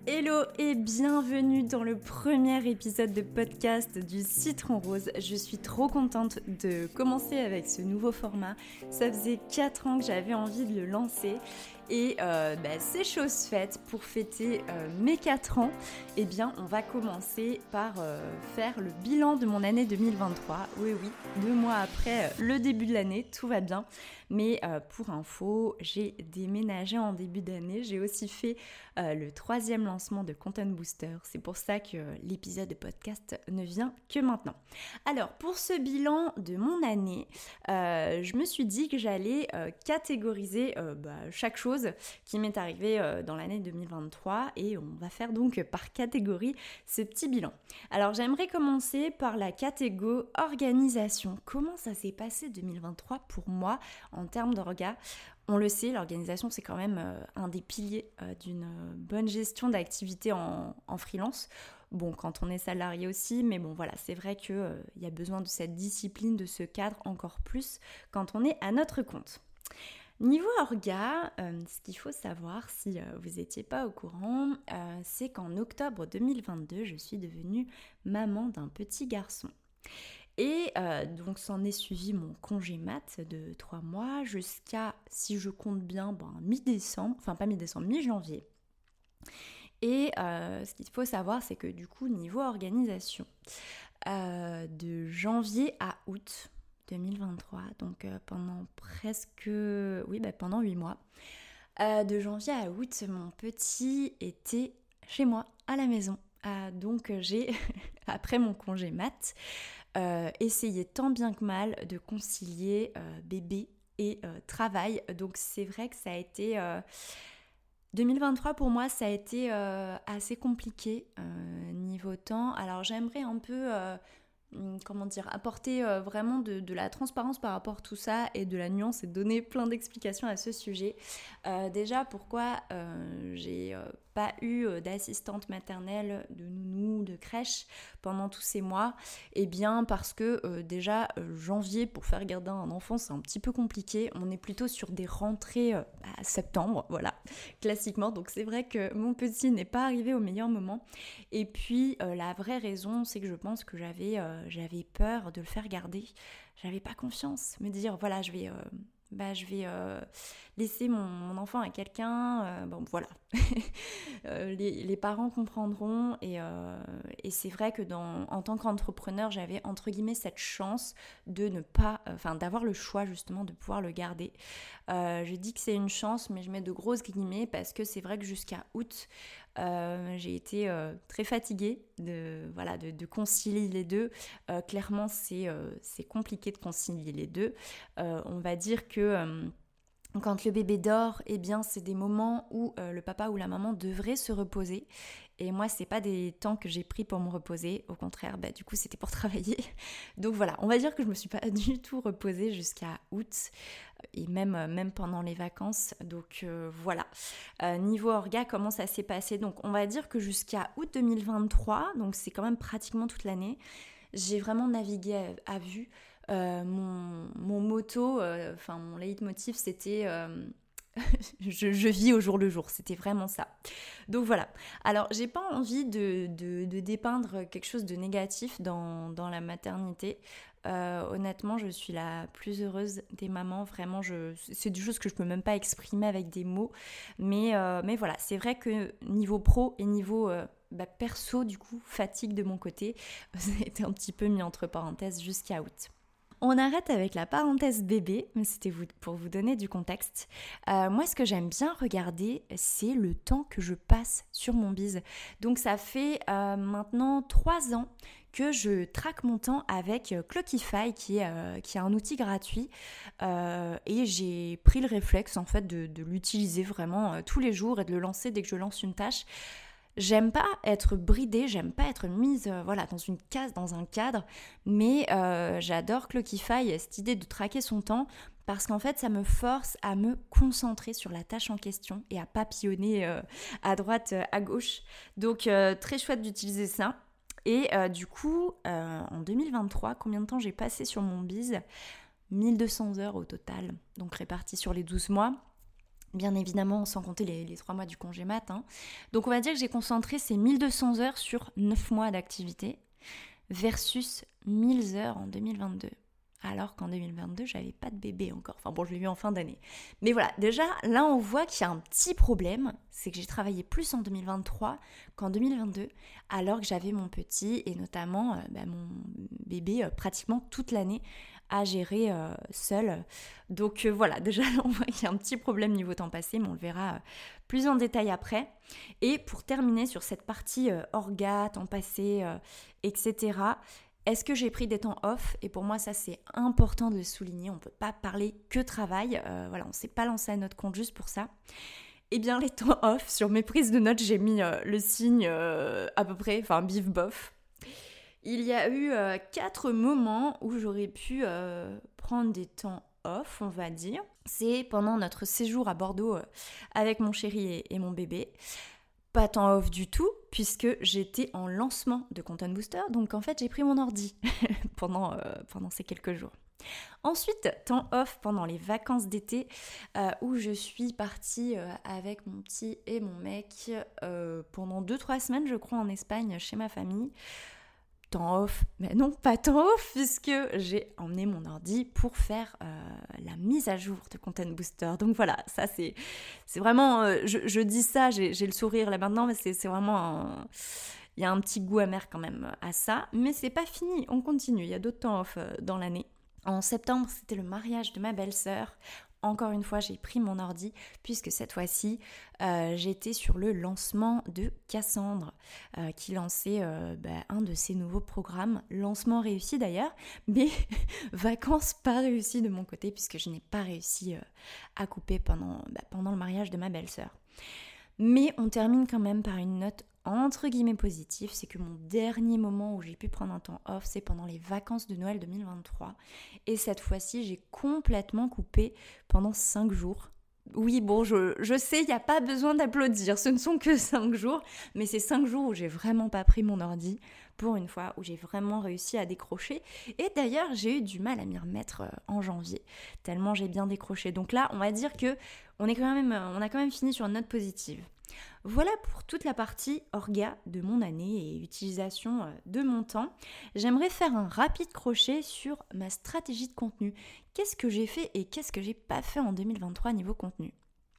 Hello et bienvenue dans le premier épisode de podcast du Citron Rose. Je suis trop contente de commencer avec ce nouveau format. Ça faisait 4 ans que j'avais envie de le lancer et c'est chose faite. Pour fêter mes 4 ans, eh bien on va commencer par faire le bilan de mon année 2023. Oui, 2 mois après le début de l'année, tout va bien. Mais pour info, j'ai déménagé en début d'année. J'ai aussi fait le 3e lancement de Content Booster. C'est pour ça que l'épisode de podcast ne vient que maintenant. Alors, pour ce bilan de mon année, je me suis dit que j'allais catégoriser chaque chose qui m'est arrivée dans l'année 2023 et on va faire donc par catégorie ce petit bilan. Alors, j'aimerais commencer par la catégorie organisation. Comment ça s'est passé 2023 pour moi en termes d'orga? On le sait, l'organisation, c'est quand même un des piliers d'une bonne gestion d'activité en freelance. Bon, quand on est salarié aussi, mais bon, voilà, c'est vrai qu'il y a besoin de cette discipline, de ce cadre encore plus quand on est à notre compte. Niveau orga, ce qu'il faut savoir, si vous n'étiez pas au courant, c'est qu'en octobre 2022, je suis devenue maman d'un petit garçon. Et donc s'en est suivi mon congé mat de 3 mois jusqu'à, si je compte bien, mi-décembre, enfin pas mi-décembre, mi-janvier. Et ce qu'il faut savoir, c'est que du coup, niveau organisation, de janvier à août 2023, donc pendant pendant 8 mois, de janvier à août, mon petit était chez moi, à la maison. Donc j'ai, après mon congé mat, essayé tant bien que mal de concilier bébé et travail. Donc c'est vrai que ça a été... 2023 pour moi, ça a été assez compliqué niveau temps. Alors j'aimerais un peu... apporter vraiment de la transparence par rapport à tout ça et de la nuance et donner plein d'explications à ce sujet. Déjà, pourquoi j'ai pas eu d'assistante maternelle, de nounou, de crèche pendant tous ces mois? Eh bien parce que déjà janvier pour faire garder un enfant c'est un petit peu compliqué. On est plutôt sur des rentrées à septembre, voilà, classiquement. Donc c'est vrai que mon petit n'est pas arrivé au meilleur moment. Et puis la vraie raison, c'est que je pense que j'avais peur de le faire garder. J'avais pas confiance, me dire voilà, je vais laisser mon enfant à quelqu'un. Voilà. Les parents comprendront et c'est vrai que en tant qu'entrepreneur, j'avais entre guillemets cette chance de ne pas, d'avoir le choix justement de pouvoir le garder. Je dis que c'est une chance, mais je mets de grosses guillemets parce que c'est vrai que jusqu'à août, j'ai été très fatiguée de concilier les deux. Clairement, c'est compliqué de concilier les deux. On va dire que quand le bébé dort, eh bien, c'est des moments où le papa ou la maman devrait se reposer. Et moi, c'est pas des temps que j'ai pris pour me reposer. Au contraire, du coup, c'était pour travailler. Donc voilà, on va dire que je me suis pas du tout reposée jusqu'à août et même pendant les vacances. Donc voilà. Niveau orga, comment ça s'est passé? Donc on va dire que jusqu'à août 2023, donc c'est quand même pratiquement toute l'année, j'ai vraiment navigué à vue. Mon motto, mon leitmotiv, c'était je vis au jour le jour, c'était vraiment ça. Donc voilà. Alors j'ai pas envie de dépeindre quelque chose de négatif dans la maternité. Honnêtement, je suis la plus heureuse des mamans. Vraiment, c'est des choses que je peux même pas exprimer avec des mots. Mais voilà, c'est vrai que niveau pro et niveau perso, du coup, fatigue de mon côté, ça a été un petit peu mis entre parenthèses jusqu'à août. On arrête avec la parenthèse bébé, mais c'était pour vous donner du contexte. Moi, ce que j'aime bien regarder, c'est le temps que je passe sur mon bise. Donc ça fait maintenant 3 ans que je traque mon temps avec Clockify, qui est un outil gratuit. Et j'ai pris le réflexe en fait de l'utiliser vraiment tous les jours et de le lancer dès que je lance une tâche. J'aime pas être bridée, j'aime pas être mise dans une case, dans un cadre, mais j'adore Clockify, cette idée de traquer son temps, parce qu'en fait ça me force à me concentrer sur la tâche en question et à papillonner à droite, à gauche. Donc très chouette d'utiliser ça. Et du coup, en 2023, combien de temps j'ai passé sur mon bise? 1200 heures au total, donc réparties sur les 12 mois. Bien évidemment, sans compter les 3 mois du congé mat. Donc on va dire que j'ai concentré ces 1200 heures sur 9 mois d'activité versus 1000 heures en 2022. Alors qu'en 2022, j'avais pas de bébé encore. Enfin bon, je l'ai eu en fin d'année. Mais voilà, déjà, là on voit qu'il y a un petit problème. C'est que j'ai travaillé plus en 2023 qu'en 2022, alors que j'avais mon petit et notamment mon bébé pratiquement toute l'année à gérer seul. Donc voilà, déjà là on voit qu'il y a un petit problème niveau temps passé, mais on le verra plus en détail après. Et pour terminer sur cette partie orga, temps passé, etc., est-ce que j'ai pris des temps off? Et pour moi, ça, c'est important de le souligner. On ne peut pas parler que travail. Voilà, on ne s'est pas lancé à notre compte juste pour ça. Eh bien, les temps off, sur mes prises de notes, j'ai mis le signe à peu près, enfin, bif bof. Il y a eu 4 moments où j'aurais pu prendre des temps off, on va dire. C'est pendant notre séjour à Bordeaux avec mon chéri et mon bébé. Pas temps off du tout, puisque j'étais en lancement de Content Booster, donc en fait j'ai pris mon ordi pendant ces quelques jours. Ensuite, temps off pendant les vacances d'été, où je suis partie avec mon petit et mon mec pendant 2-3 semaines, je crois, en Espagne, chez ma famille. Temps off, mais non, pas temps off, puisque j'ai emmené mon ordi pour faire la mise à jour de Content Booster. Donc voilà, ça c'est vraiment, je dis ça, j'ai le sourire là maintenant, mais c'est vraiment, il y a un petit goût amer quand même à ça, mais c'est pas fini, on continue, il y a d'autres temps off dans l'année. En septembre, c'était le mariage de ma belle-sœur. Encore une fois, j'ai pris mon ordi puisque cette fois-ci, j'étais sur le lancement de Cassandre qui lançait un de ses nouveaux programmes. Lancement réussi d'ailleurs, mais vacances pas réussies de mon côté puisque je n'ai pas réussi à couper pendant le mariage de ma belle-sœur. Mais on termine quand même par une note entre guillemets positive, c'est que mon dernier moment où j'ai pu prendre un temps off, c'est pendant les vacances de Noël 2023. Et cette fois-ci, j'ai complètement coupé pendant 5 jours. Oui, bon, je sais, il n'y a pas besoin d'applaudir, ce ne sont que 5 jours, mais c'est 5 jours où j'ai vraiment pas pris mon ordi, pour une fois, où j'ai vraiment réussi à décrocher. Et d'ailleurs, j'ai eu du mal à m'y remettre en janvier, tellement j'ai bien décroché. Donc là, on va dire que on a quand même fini sur une note positive. Voilà pour toute la partie orga de mon année et utilisation de mon temps. J'aimerais faire un rapide crochet sur ma stratégie de contenu. Qu'est-ce que j'ai fait et qu'est-ce que j'ai pas fait en 2023 niveau contenu ?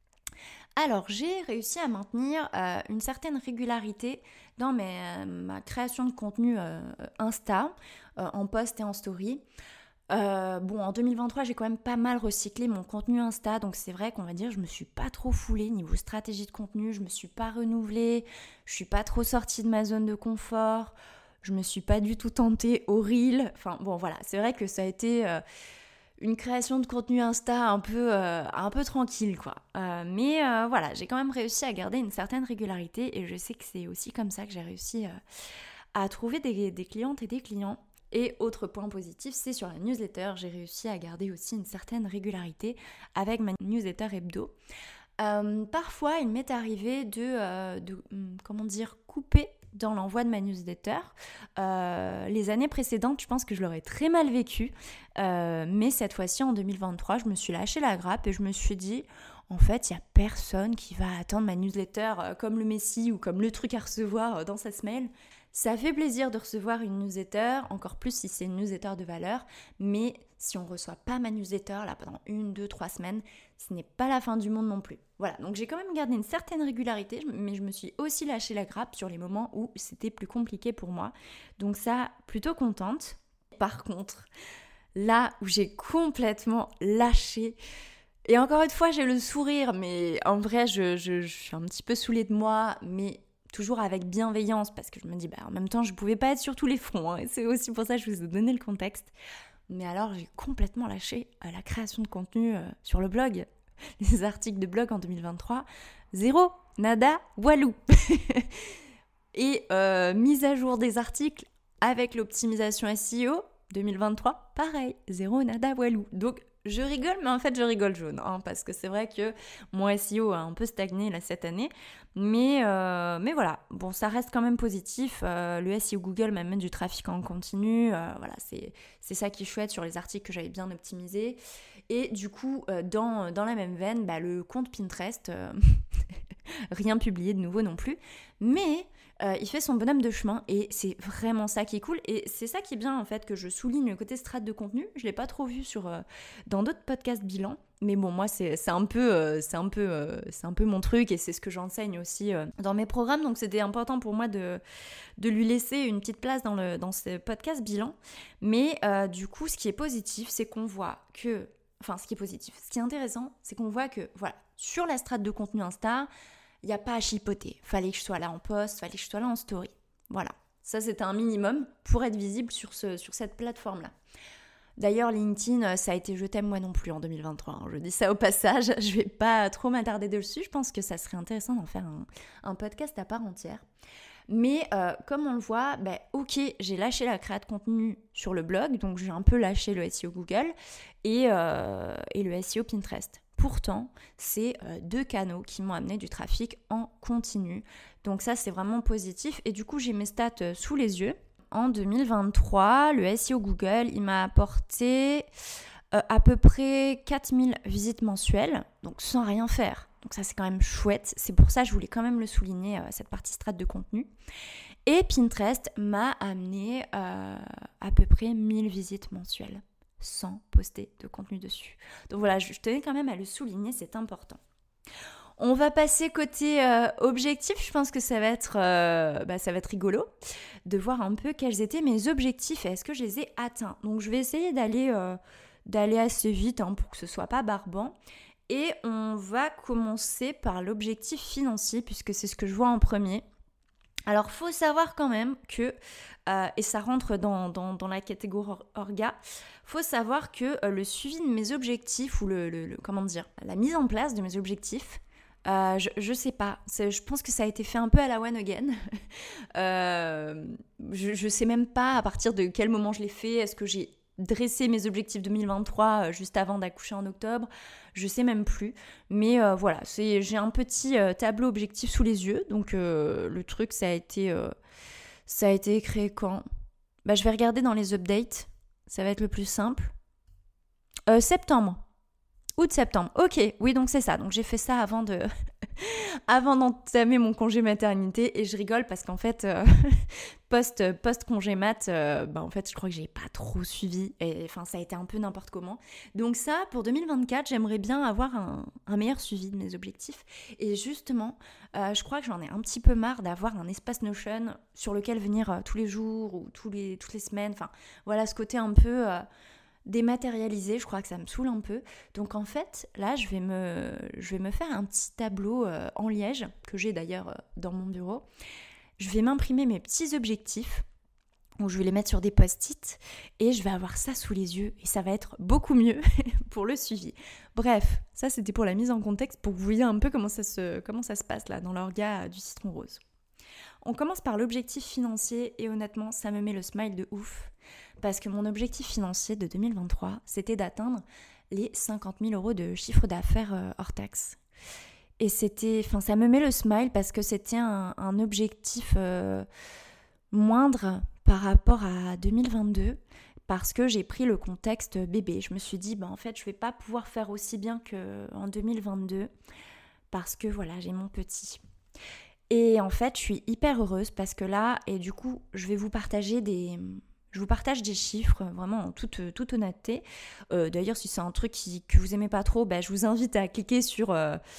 Alors, j'ai réussi à maintenir une certaine régularité dans ma création de contenu Insta, en post et en story. En 2023, j'ai quand même pas mal recyclé mon contenu Insta, donc c'est vrai qu'on va dire je me suis pas trop foulée niveau stratégie de contenu, je me suis pas renouvelée, je suis pas trop sortie de ma zone de confort, je me suis pas du tout tentée au reel. Enfin bon voilà, c'est vrai que ça a été une création de contenu Insta un peu tranquille quoi. Mais voilà, j'ai quand même réussi à garder une certaine régularité et je sais que c'est aussi comme ça que j'ai réussi à trouver des clientes et des clients. Et autre point positif, c'est sur la newsletter, j'ai réussi à garder aussi une certaine régularité avec ma newsletter hebdo. Parfois, il m'est arrivé de couper dans l'envoi de ma newsletter. Les années précédentes, je pense que je l'aurais très mal vécu. Mais cette fois-ci, en 2023, je me suis lâché la grappe et je me suis dit, en fait, il n'y a personne qui va attendre ma newsletter comme le Messie ou comme le truc à recevoir dans sa semaine. Ça fait plaisir de recevoir une newsletter, encore plus si c'est une newsletter de valeur, mais si on ne reçoit pas ma newsletter là pendant 1, 2, 3 semaines, ce n'est pas la fin du monde non plus. Voilà, donc j'ai quand même gardé une certaine régularité, mais je me suis aussi lâché la grappe sur les moments où c'était plus compliqué pour moi. Donc ça, plutôt contente. Par contre, là où j'ai complètement lâché, et encore une fois j'ai le sourire, mais en vrai je suis un petit peu saoulée de moi, mais toujours avec bienveillance, parce que je me dis, en même temps, je ne pouvais pas être sur tous les fronts. Et c'est aussi pour ça que je vous ai donné le contexte. Mais alors, j'ai complètement lâché la création de contenu sur le blog. Les articles de blog en 2023, zéro, nada, walou. Et mise à jour des articles avec l'optimisation SEO 2023, pareil, zéro, nada, walou. Donc, Je rigole, mais en fait, je rigole jaune, hein, parce que c'est vrai que mon SEO a un peu stagné là cette année. Mais voilà, bon, ça reste quand même positif. Le SEO Google m'amène du trafic en continu. Voilà, c'est ça qui est chouette sur les articles que j'avais bien optimisés. Et du coup, dans la même veine, le compte Pinterest, rien publié de nouveau non plus. Mais il fait son bonhomme de chemin et c'est vraiment ça qui est cool. Et c'est ça qui est bien en fait, que je souligne le côté strat de contenu. Je ne l'ai pas trop vu dans d'autres podcasts bilan. Mais bon, moi, c'est un peu mon truc et c'est ce que j'enseigne aussi dans mes programmes. Donc, c'était important pour moi de lui laisser une petite place dans ce podcast bilan. Mais du coup, ce qui est positif, c'est qu'on voit que... Enfin, ce qui est intéressant, c'est qu'on voit que, voilà, sur la strate de contenu Insta, il n'y a pas à chipoter. Fallait que je sois là en post, fallait que je sois là en story. Voilà, ça c'était un minimum pour être visible sur cette plateforme-là. D'ailleurs, LinkedIn, ça a été je t'aime moi non plus en 2023. Hein. Je dis ça au passage, je vais pas trop m'attarder dessus. Je pense que ça serait intéressant d'en faire un podcast à part entière. Mais comme on le voit, ok, j'ai lâché la création de contenu sur le blog, donc j'ai un peu lâché le SEO Google et le SEO Pinterest. Pourtant, c'est 2 canaux qui m'ont amené du trafic en continu. Donc ça, c'est vraiment positif. Et du coup, j'ai mes stats sous les yeux. En 2023, le SEO Google, il m'a apporté à peu près 4000 visites mensuelles, donc sans rien faire. Donc ça, c'est quand même chouette. C'est pour ça que je voulais quand même le souligner, cette partie strat de contenu. Et Pinterest m'a amené à peu près 1000 visites mensuelles, sans poster de contenu dessus. Donc voilà, je tenais quand même à le souligner, c'est important. On va passer côté objectif. Je pense que ça va être rigolo de voir un peu quels étaient mes objectifs et est-ce que je les ai atteints. Donc je vais essayer d'aller assez vite pour que ce soit pas barbant. Et on va commencer par l'objectif financier puisque c'est ce que je vois en premier. Alors, faut savoir quand même que, et ça rentre dans la catégorie orga, faut savoir que le suivi de mes objectifs ou la mise en place de mes objectifs, je sais pas, je pense que ça a été fait un peu à la one again. Je sais même pas à partir de quel moment je l'ai fait. Est-ce que j'ai dressé mes objectifs 2023 juste avant d'accoucher en octobre? Je sais même plus. Mais voilà, j'ai un petit tableau objectif sous les yeux. Donc le truc, ça a été créé quand? Je vais regarder dans les updates. Ça va être le plus simple. Septembre. Août-septembre, ok, oui donc c'est ça, donc j'ai fait ça avant d'entamer mon congé maternité et je rigole parce qu'en fait, post-congé mat, en fait je crois que j'ai pas trop suivi et enfin ça a été un peu n'importe comment. Donc ça, pour 2024, j'aimerais bien avoir un meilleur suivi de mes objectifs et justement, je crois que j'en ai un petit peu marre d'avoir un espace Notion sur lequel venir tous les jours ou toutes les semaines, enfin voilà ce côté un peu... dématérialisé, je crois que ça me saoule un peu. Donc en fait, là, je vais me faire un petit tableau en liège, que j'ai d'ailleurs dans mon bureau. Je vais m'imprimer mes petits objectifs, où je vais les mettre sur des post-it, et je vais avoir ça sous les yeux, et ça va être beaucoup mieux pour le suivi. Bref, ça c'était pour la mise en contexte, pour que vous voyez un peu comment ça se passe là, dans l'orga du citron rose. On commence par l'objectif financier, et honnêtement, ça me met le smile de ouf. Parce que mon objectif financier de 2023, c'était d'atteindre les 50 000 € de chiffre d'affaires hors taxe. Et ça me met le smile parce que c'était un objectif moindre par rapport à 2022 parce que j'ai pris le contexte bébé. Je me suis dit, en fait, je vais pas pouvoir faire aussi bien qu'en 2022 parce que voilà, j'ai mon petit. Et en fait, je suis hyper heureuse parce que là, et du coup, je vais vous partager Je vous partage des chiffres, vraiment en toute honnêteté. D'ailleurs, si c'est un truc que vous aimez pas trop, je vous invite à cliquer sur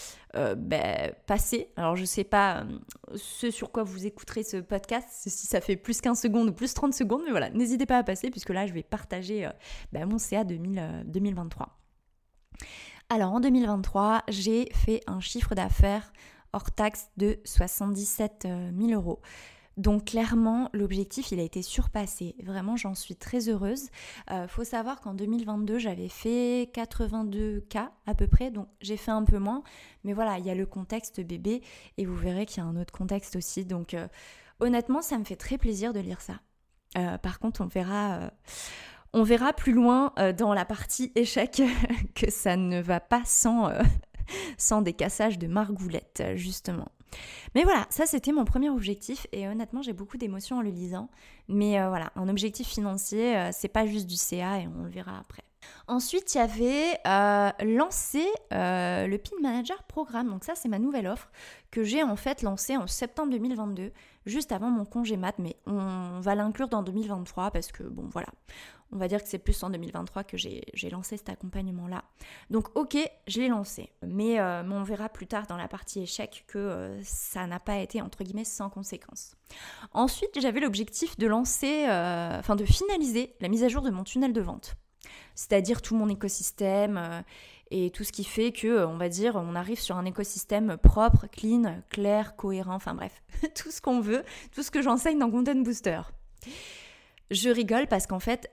passer. Alors, je sais pas ce sur quoi vous écouterez ce podcast, si ça fait plus 15 secondes ou plus 30 secondes, mais voilà, n'hésitez pas à passer puisque là, je vais partager mon CA 2023. Alors, en 2023, j'ai fait un chiffre d'affaires hors taxe de 77 000 €. Donc clairement, l'objectif, il a été surpassé. Vraiment, j'en suis très heureuse. Faut savoir qu'en 2022, j'avais fait 82K à peu près, donc j'ai fait un peu moins. Mais voilà, il y a le contexte bébé et vous verrez qu'il y a un autre contexte aussi. Donc honnêtement, ça me fait très plaisir de lire ça. Par contre, On verra plus loin dans la partie échec que ça ne va pas sans des cassages de margoulette, justement. Mais voilà, ça c'était mon premier objectif et honnêtement j'ai beaucoup d'émotions en le lisant. Mais voilà, un objectif financier, c'est pas juste du CA et on le verra après. Ensuite, il y avait lancé le Pin Manager Programme. Donc ça, c'est ma nouvelle offre que j'ai en fait lancée en septembre 2022, juste avant mon congé mat. Mais on va l'inclure dans 2023 parce que bon, voilà. On va dire que c'est plus en 2023 que j'ai lancé cet accompagnement-là. Donc ok, je l'ai lancé. Mais on verra plus tard dans la partie échec que ça n'a pas été, entre guillemets, sans conséquence. Ensuite, j'avais l'objectif de de finaliser la mise à jour de mon tunnel de vente. C'est-à-dire tout mon écosystème et tout ce qui fait que, on va dire, on arrive sur un écosystème propre, clean, clair, cohérent, enfin bref, tout ce qu'on veut, tout ce que j'enseigne dans Content Booster. Je rigole parce qu'en fait,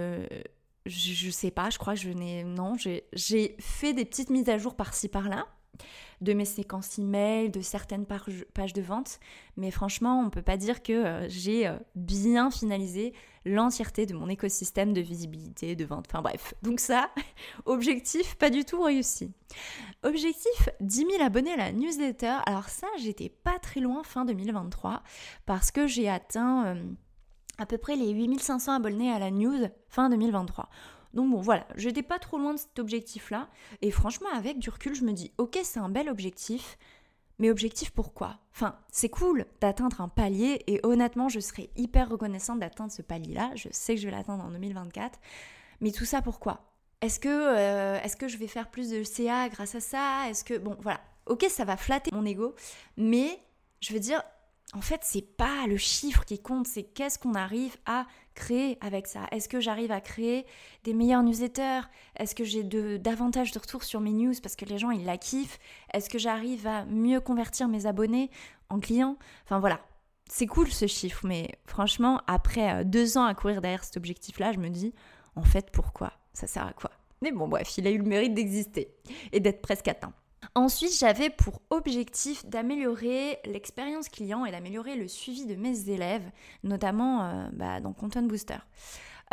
je sais pas, je crois que j'ai fait des petites mises à jour par-ci par-là, de mes séquences email, de certaines pages de vente, mais franchement, on peut pas dire que j'ai bien finalisé l'entièreté de mon écosystème de visibilité, de vente, enfin bref. Donc ça, objectif pas du tout réussi. Objectif 10 000 abonnés à la newsletter. Alors ça, j'étais pas très loin fin 2023 parce que j'ai atteint à peu près les 8500 abonnés à la news fin 2023. Donc bon, voilà, j'étais pas trop loin de cet objectif-là. Et franchement, avec du recul, je me dis, ok, c'est un bel objectif, mais objectif pourquoi ? Enfin, c'est cool d'atteindre un palier et honnêtement, je serais hyper reconnaissante d'atteindre ce palier-là. Je sais que je vais l'atteindre en 2024. Mais tout ça pourquoi ? Est-ce que je vais faire plus de CA grâce à ça ? Est-ce que... Bon, voilà. Ok, ça va flatter mon ego, mais je veux dire... En fait, c'est pas le chiffre qui compte, c'est qu'est-ce qu'on arrive à créer avec ça. Est-ce que j'arrive à créer des meilleurs newsletters ? Est-ce que j'ai davantage de retours sur mes news parce que les gens, ils la kiffent ? Est-ce que j'arrive à mieux convertir mes abonnés en clients ? Enfin voilà, c'est cool ce chiffre, mais franchement, après 2 ans à courir derrière cet objectif-là, je me dis, en fait, pourquoi ? Ça sert à quoi ? Mais bon, bref, il a eu le mérite d'exister et d'être presque atteint. Ensuite, j'avais pour objectif d'améliorer l'expérience client et d'améliorer le suivi de mes élèves, notamment dans Content Booster. On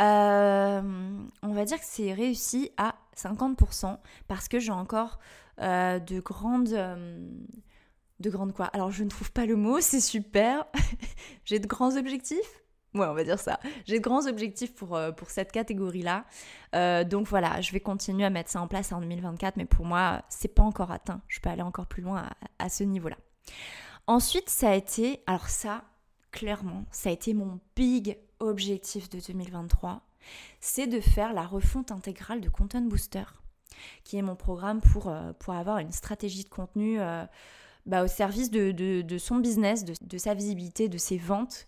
va dire que c'est réussi à 50% parce que j'ai encore de grandes quoi ? Alors, je ne trouve pas le mot, c'est super. J'ai de grands objectifs ? Ouais, on va dire ça. J'ai de grands objectifs pour cette catégorie-là. Donc voilà, je vais continuer à mettre ça en place en 2024, mais pour moi, c'est pas encore atteint. Je peux aller encore plus loin à ce niveau-là. Ensuite, ça a été, alors ça, clairement, ça a été mon big objectif de 2023. C'est de faire la refonte intégrale de Content Booster, qui est mon programme pour avoir une stratégie de contenu au service de son business, de sa visibilité, de ses ventes.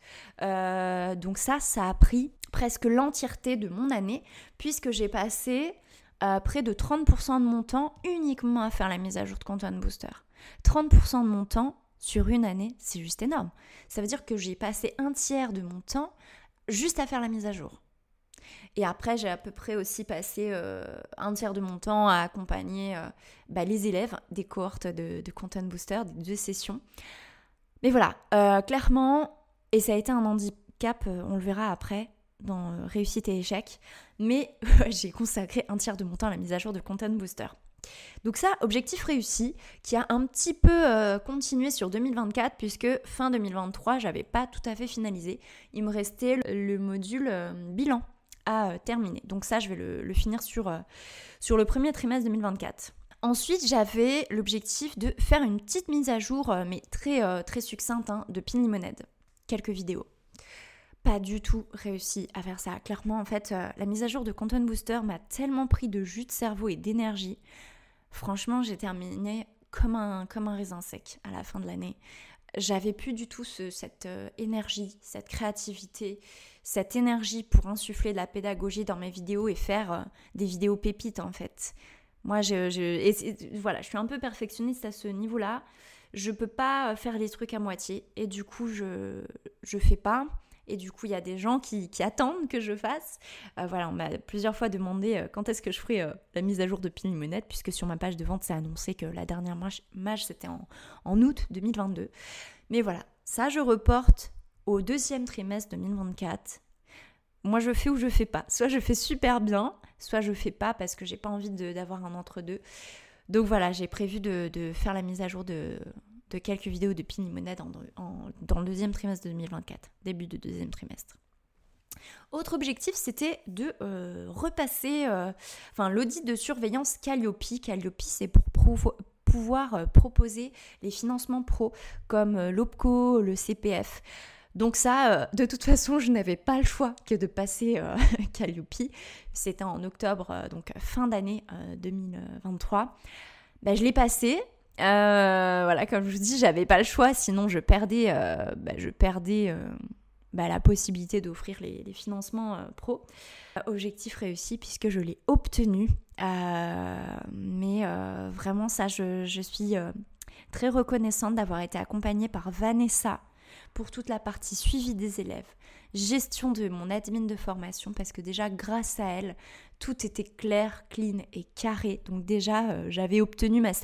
Donc ça a pris presque l'entièreté de mon année, puisque j'ai passé près de 30% de mon temps uniquement à faire la mise à jour de Content Booster. 30% de mon temps sur une année, c'est juste énorme. Ça veut dire que j'ai passé un tiers de mon temps juste à faire la mise à jour. Et après, j'ai à peu près aussi passé un tiers de mon temps à accompagner les élèves des cohortes de Content Booster, des 2 sessions. Mais voilà, clairement, et ça a été un handicap, on le verra après, dans réussite et échec, mais j'ai consacré un tiers de mon temps à la mise à jour de Content Booster. Donc ça, objectif réussi, qui a un petit peu continué sur 2024, puisque fin 2023, j'avais pas tout à fait finalisé. Il me restait le module bilan à terminer. Donc ça, je vais le finir sur le premier trimestre 2024. Ensuite, j'avais l'objectif de faire une petite mise à jour, mais très, très succincte, de Pin Limonade. Quelques vidéos. Pas du tout réussi à faire ça. Clairement, en fait, la mise à jour de Content Booster m'a tellement pris de jus de cerveau et d'énergie. Franchement, j'ai terminé comme un raisin sec à la fin de l'année. J'avais plus du tout cette énergie, cette créativité, cette énergie pour insuffler de la pédagogie dans mes vidéos et faire des vidéos pépites en fait. Moi, voilà, je suis un peu perfectionniste à ce niveau-là. Je peux pas faire les trucs à moitié et du coup, je fais pas. Et du coup, il y a des gens qui attendent que je fasse. Voilà, on m'a plusieurs fois demandé quand est-ce que je ferai la mise à jour de Pin Limonade, puisque sur ma page de vente, c'est annoncé que la dernière mage c'était en août 2022. Mais voilà, ça je reporte au 2e trimestre 2024. Moi, je fais ou je fais pas. Soit je fais super bien, soit je fais pas parce que j'ai pas envie d'avoir un entre-deux. Donc voilà, j'ai prévu de faire la mise à jour de quelques vidéos de Pinimona dans le deuxième trimestre de 2024, début de deuxième trimestre. Autre objectif, c'était de repasser l'audit de surveillance Calliope. Calliope, c'est pour pouvoir proposer les financements pro comme l'OPCO, le CPF. Donc ça, de toute façon, je n'avais pas le choix que de passer Calliope. C'était en octobre, donc fin d'année 2023. Je l'ai passé. Comme je vous dis, j'avais pas le choix, sinon je perdais la possibilité d'offrir les financements pro. Objectif réussi puisque je l'ai obtenu. Mais vraiment ça, je suis très reconnaissante d'avoir été accompagnée par Vanessa pour toute la partie suivi des élèves, gestion de mon admin de formation, parce que déjà grâce à elle, tout était clair, clean et carré. Donc déjà, j'avais obtenu mon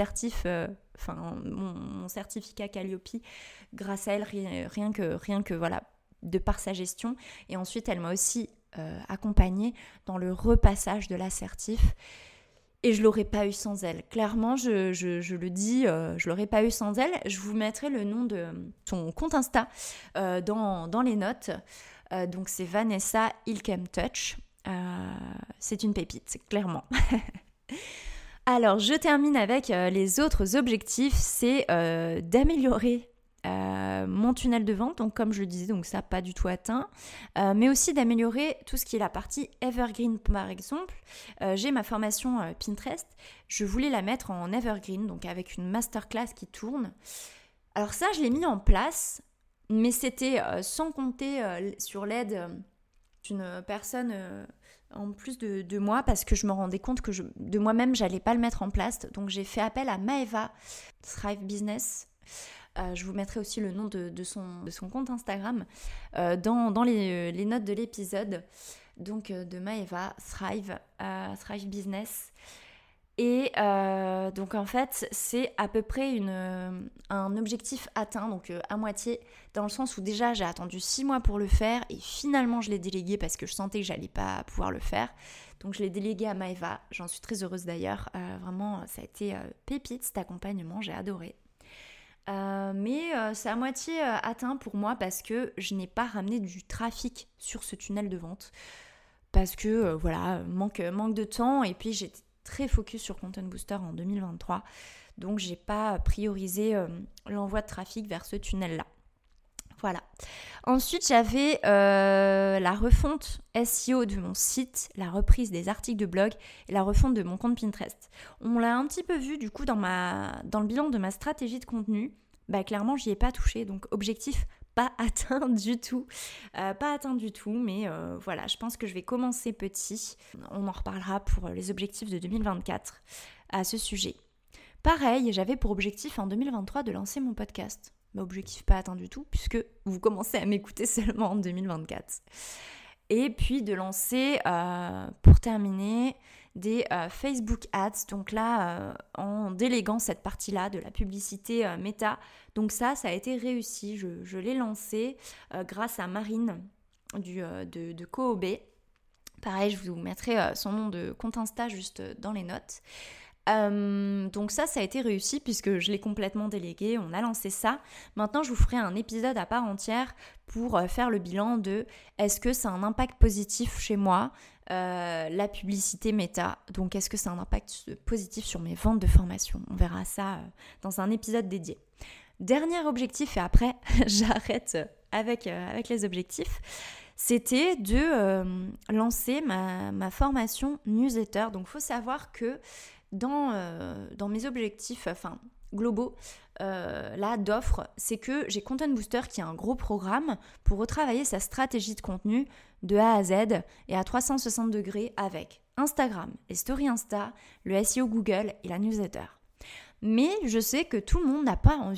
certificat Calliope grâce à elle, rien que voilà, de par sa gestion. Et ensuite, elle m'a aussi accompagnée dans le repassage de l'assertif. Et je l'aurais pas eu sans elle. Clairement, je le dis, je l'aurais pas eu sans elle. Je vous mettrai le nom de son compte Insta dans les notes. Donc c'est Vanessa Ilkem Touch. C'est une pépite, clairement. Alors, je termine avec les autres objectifs. C'est d'améliorer mon tunnel de vente, donc comme je le disais, donc ça pas du tout atteint, mais aussi d'améliorer tout ce qui est la partie evergreen. Par exemple, j'ai ma formation Pinterest, je voulais la mettre en evergreen, donc avec une masterclass qui tourne. Alors ça, je l'ai mis en place, mais c'était sans compter sur l'aide d'une personne en plus de moi, parce que je me rendais compte que de moi-même, j'allais pas le mettre en place. Donc j'ai fait appel à Maeva, Thrive Business. Je vous mettrai aussi le nom de son compte Instagram dans les notes de l'épisode. Donc de Maeva, Thrive Business. Et donc en fait, c'est à peu près un objectif atteint, donc à moitié, dans le sens où déjà j'ai attendu 6 mois pour le faire et finalement je l'ai délégué parce que je sentais que j'allais pas pouvoir le faire. Donc je l'ai délégué à Maeva, j'en suis très heureuse d'ailleurs. Vraiment, ça a été pépite cet accompagnement, j'ai adoré. Mais c'est à moitié atteint pour moi parce que je n'ai pas ramené du trafic sur ce tunnel de vente parce que manque de temps, et puis j'étais très focus sur Content Booster en 2023, donc j'ai pas priorisé l'envoi de trafic vers ce tunnel là. Voilà. Ensuite, j'avais la refonte SEO de mon site, la reprise des articles de blog et la refonte de mon compte Pinterest. On l'a un petit peu vu du coup dans le bilan de ma stratégie de contenu. Clairement, j'y ai pas touché, donc objectif pas atteint du tout. Mais voilà, je pense que je vais commencer petit. On en reparlera pour les objectifs de 2024 à ce sujet. Pareil, j'avais pour objectif en 2023 de lancer mon podcast. Objectif pas atteint du tout, puisque vous commencez à m'écouter seulement en 2024. Et puis de lancer, pour terminer, des Facebook Ads. Donc là, en déléguant cette partie-là de la publicité méta. Donc ça a été réussi. Je l'ai lancé grâce à Marine de Coobé. Pareil, je vous mettrai son nom de compte Insta juste dans les notes. Donc ça a été réussi puisque je l'ai complètement délégué, on a lancé ça. Maintenant je vous ferai un épisode à part entière pour faire le bilan de est-ce que c'est un impact positif chez moi, la publicité méta, donc est-ce que c'est un impact positif sur mes ventes de formation. On verra ça dans un épisode dédié. Dernier objectif et après j'arrête avec les objectifs, c'était de lancer ma formation newsletter. Donc il faut savoir que dans mes objectifs globaux là d'offres, c'est que j'ai Content Booster qui est un gros programme pour retravailler sa stratégie de contenu de A à Z et à 360 degrés avec Instagram, les stories Insta, le SEO Google et la newsletter. Mais je sais que tout le monde n'a pas envie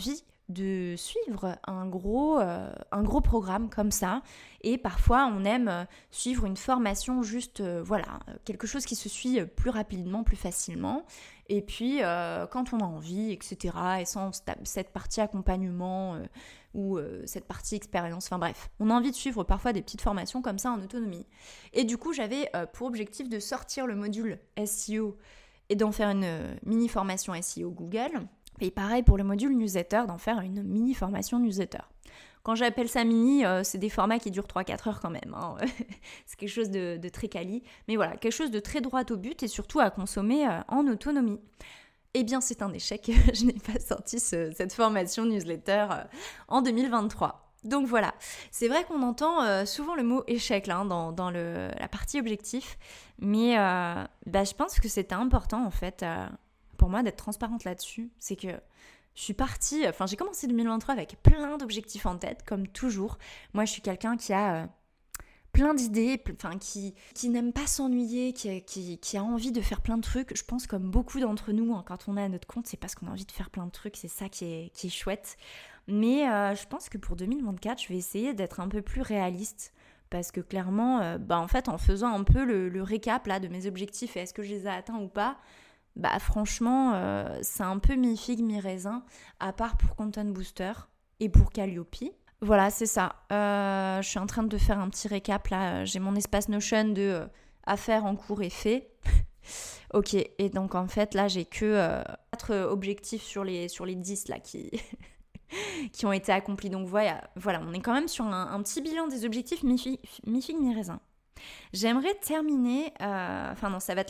de suivre un gros programme comme ça. Et parfois, on aime suivre une formation juste, quelque chose qui se suit plus rapidement, plus facilement. Et puis, quand on a envie, etc., et sans cette partie accompagnement ou cette partie expérience, enfin bref, on a envie de suivre parfois des petites formations comme ça en autonomie. Et du coup, j'avais pour objectif de sortir le module SEO et d'en faire une mini formation SEO Google. Et pareil pour le module newsletter, d'en faire une mini formation newsletter. Quand j'appelle ça mini, c'est des formats qui durent 3-4 heures quand même. Hein. C'est quelque chose de très quali. Mais voilà, quelque chose de très droit au but et surtout à consommer en autonomie. Eh bien, c'est un échec. Je n'ai pas sorti cette formation newsletter en 2023. Donc voilà, c'est vrai qu'on entend souvent le mot échec là, dans la partie objectif. Mais je pense que c'était important en fait pour moi d'être transparente là-dessus. C'est que j'ai commencé 2023 avec plein d'objectifs en tête, comme toujours. Moi, je suis quelqu'un qui a plein d'idées, qui n'aime pas s'ennuyer, qui a envie de faire plein de trucs. Je pense comme beaucoup d'entre nous, hein, quand on est à notre compte, c'est parce qu'on a envie de faire plein de trucs, c'est ça qui est chouette. Mais je pense que pour 2024, je vais essayer d'être un peu plus réaliste. Parce que clairement, en fait, en faisant un peu le récap là, de mes objectifs et est-ce que je les ai atteints ou pas, franchement, c'est un peu mi-figue, mi-raisin, à part pour Content Booster et pour Calliope. Voilà, c'est ça. Je suis en train de faire un petit récap là. J'ai mon espace Notion de affaires en cours et fait. Ok, et donc en fait là, j'ai que 4 objectifs sur les 10 là qui... qui ont été accomplis. Donc voilà, on est quand même sur un petit bilan des objectifs mi-figue, mi-raisin. J'aimerais terminer, ça va être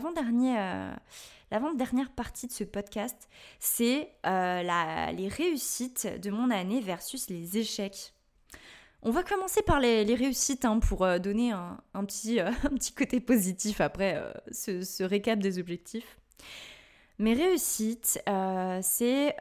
l'avant-dernière partie de ce podcast, c'est les réussites de mon année versus les échecs. On va commencer par les réussites pour donner un petit côté positif après ce récap des objectifs. Mes réussites, c'est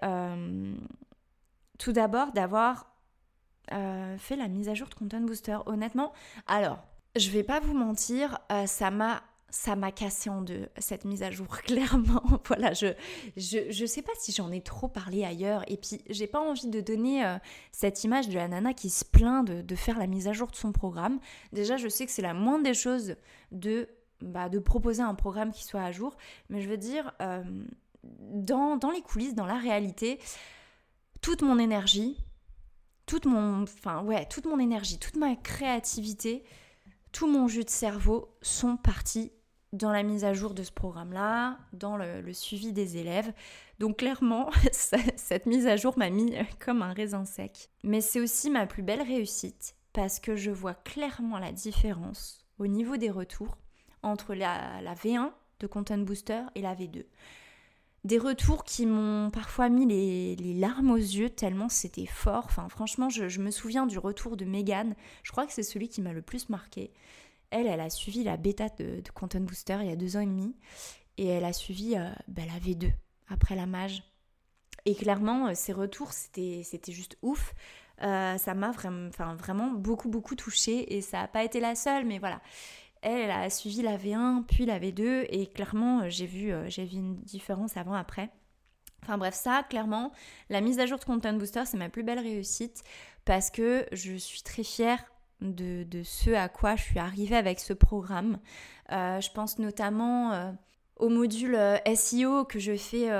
tout d'abord d'avoir fait la mise à jour de Content Booster. Honnêtement, alors, je vais pas vous mentir, ça m'a cassé en deux, cette mise à jour, clairement. Voilà, je sais pas si j'en ai trop parlé ailleurs. Et puis, j'ai pas envie de donner cette image de la nana qui se plaint de faire la mise à jour de son programme. Déjà, je sais que c'est la moindre des choses de proposer un programme qui soit à jour. Mais je veux dire, dans les coulisses, dans la réalité, toute mon énergie, toute mon énergie, toute ma créativité, tout mon jus de cerveau sont partis dans la mise à jour de ce programme-là, dans le suivi des élèves. Donc clairement, cette mise à jour m'a mis comme un raisin sec. Mais c'est aussi ma plus belle réussite parce que je vois clairement la différence au niveau des retours entre la V1 de Content Booster et la V2. Des retours qui m'ont parfois mis les larmes aux yeux tellement c'était fort. Enfin, franchement, je me souviens du retour de Megan. Je crois que c'est celui qui m'a le plus marqué. Elle a suivi la bêta de Content Booster il y a 2 ans et demi. Et elle a suivi la V2 après la mage. Et clairement, ces retours, c'était juste ouf. Ça m'a vraiment beaucoup, beaucoup touchée. Et ça n'a pas été la seule, mais voilà. Elle a suivi la V1, puis la V2, et clairement, j'ai vu une différence avant-après. Enfin bref, ça, clairement, la mise à jour de Content Booster, c'est ma plus belle réussite, parce que je suis très fière de ce à quoi je suis arrivée avec ce programme. Je pense notamment au module SEO que j'ai fait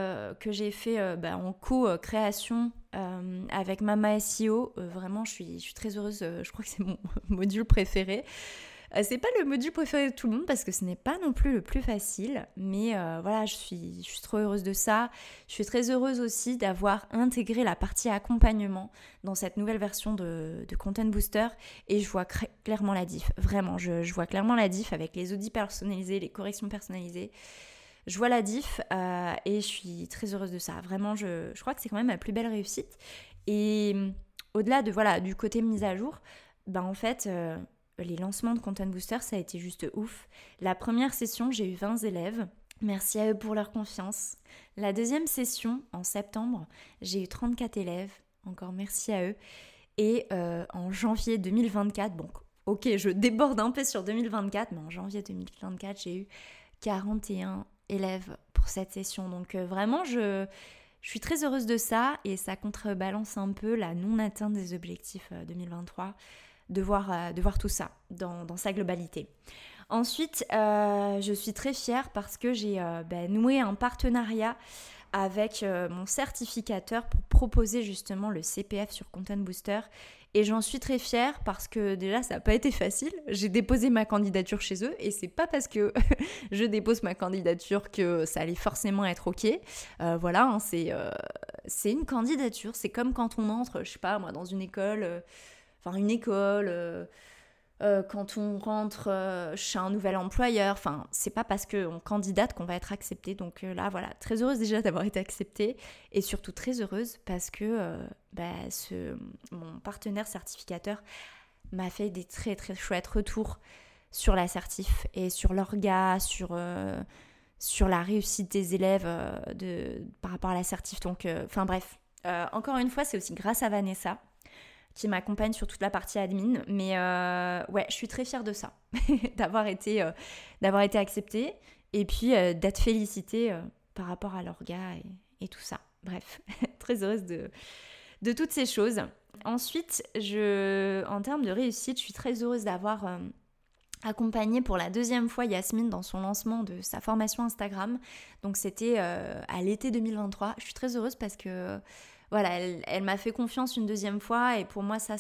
en co-création avec Mama SEO. Vraiment, je suis très heureuse, je crois que c'est mon module préféré. C'est pas le module préféré de tout le monde parce que ce n'est pas non plus le plus facile, mais je suis trop heureuse de ça. Je suis très heureuse aussi d'avoir intégré la partie accompagnement dans cette nouvelle version de Content Booster et je vois clairement la diff, vraiment, je vois clairement la diff avec les audits personnalisés, les corrections personnalisées. Je vois la diff et je suis très heureuse de ça. Vraiment, je crois que c'est quand même ma plus belle réussite. Et au-delà du côté mise à jour, en fait... les lancements de Content Booster, ça a été juste ouf. La première session, j'ai eu 20 élèves. Merci à eux pour leur confiance. La deuxième session, en septembre, j'ai eu 34 élèves. Encore merci à eux. Et en janvier 2024, ok, je déborde un peu sur 2024, mais en janvier 2024, j'ai eu 41 élèves pour cette session. Donc vraiment, Je suis très heureuse de ça et ça contrebalance un peu la non-atteinte des objectifs 2023, de voir tout ça dans sa globalité. Ensuite, je suis très fière parce que j'ai noué un partenariat avec mon certificateur pour proposer justement le CPF sur Content Booster. Et j'en suis très fière parce que déjà, ça n'a pas été facile. J'ai déposé ma candidature chez eux et c'est pas parce que je dépose ma candidature que ça allait forcément être OK. Voilà, hein, c'est une candidature. C'est comme quand on entre, je sais pas moi, dans une école, quand on rentre chez un nouvel employeur, enfin, c'est pas parce qu'on candidate qu'on va être accepté. Donc là, voilà, très heureuse déjà d'avoir été acceptée et surtout très heureuse parce que mon partenaire certificateur m'a fait des très très chouettes retours sur la certif et sur l'orga, sur la réussite des élèves par rapport à la certif. Donc, bref, encore une fois, c'est aussi grâce à Vanessa qui m'accompagne sur toute la partie admin. Mais je suis très fière de ça, d'avoir été acceptée et puis d'être félicitée par rapport à l'orga et tout ça. Bref, très heureuse de toutes ces choses. Ensuite, en termes de réussite, je suis très heureuse d'avoir accompagné pour la 2e fois Yasmine dans son lancement de sa formation Instagram. Donc c'était à l'été 2023. Je suis très heureuse parce que voilà, elle m'a fait confiance une 2e fois et pour moi ça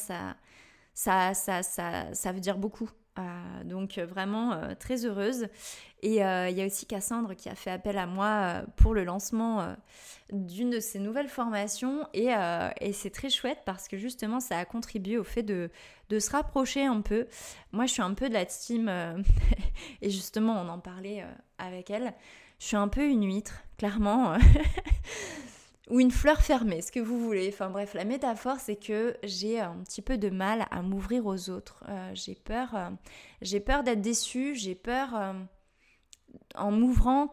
veut dire beaucoup. Donc vraiment très heureuse. Et il y a aussi Cassandre qui a fait appel à moi pour le lancement d'une de ses nouvelles formations et c'est très chouette parce que justement ça a contribué au fait de se rapprocher un peu. Moi je suis un peu de la team et justement on en parlait avec elle. Je suis un peu une huître, clairement. Ou une fleur fermée, ce que vous voulez. Enfin bref, la métaphore, c'est que j'ai un petit peu de mal à m'ouvrir aux autres. J'ai peur d'être déçue, j'ai peur en m'ouvrant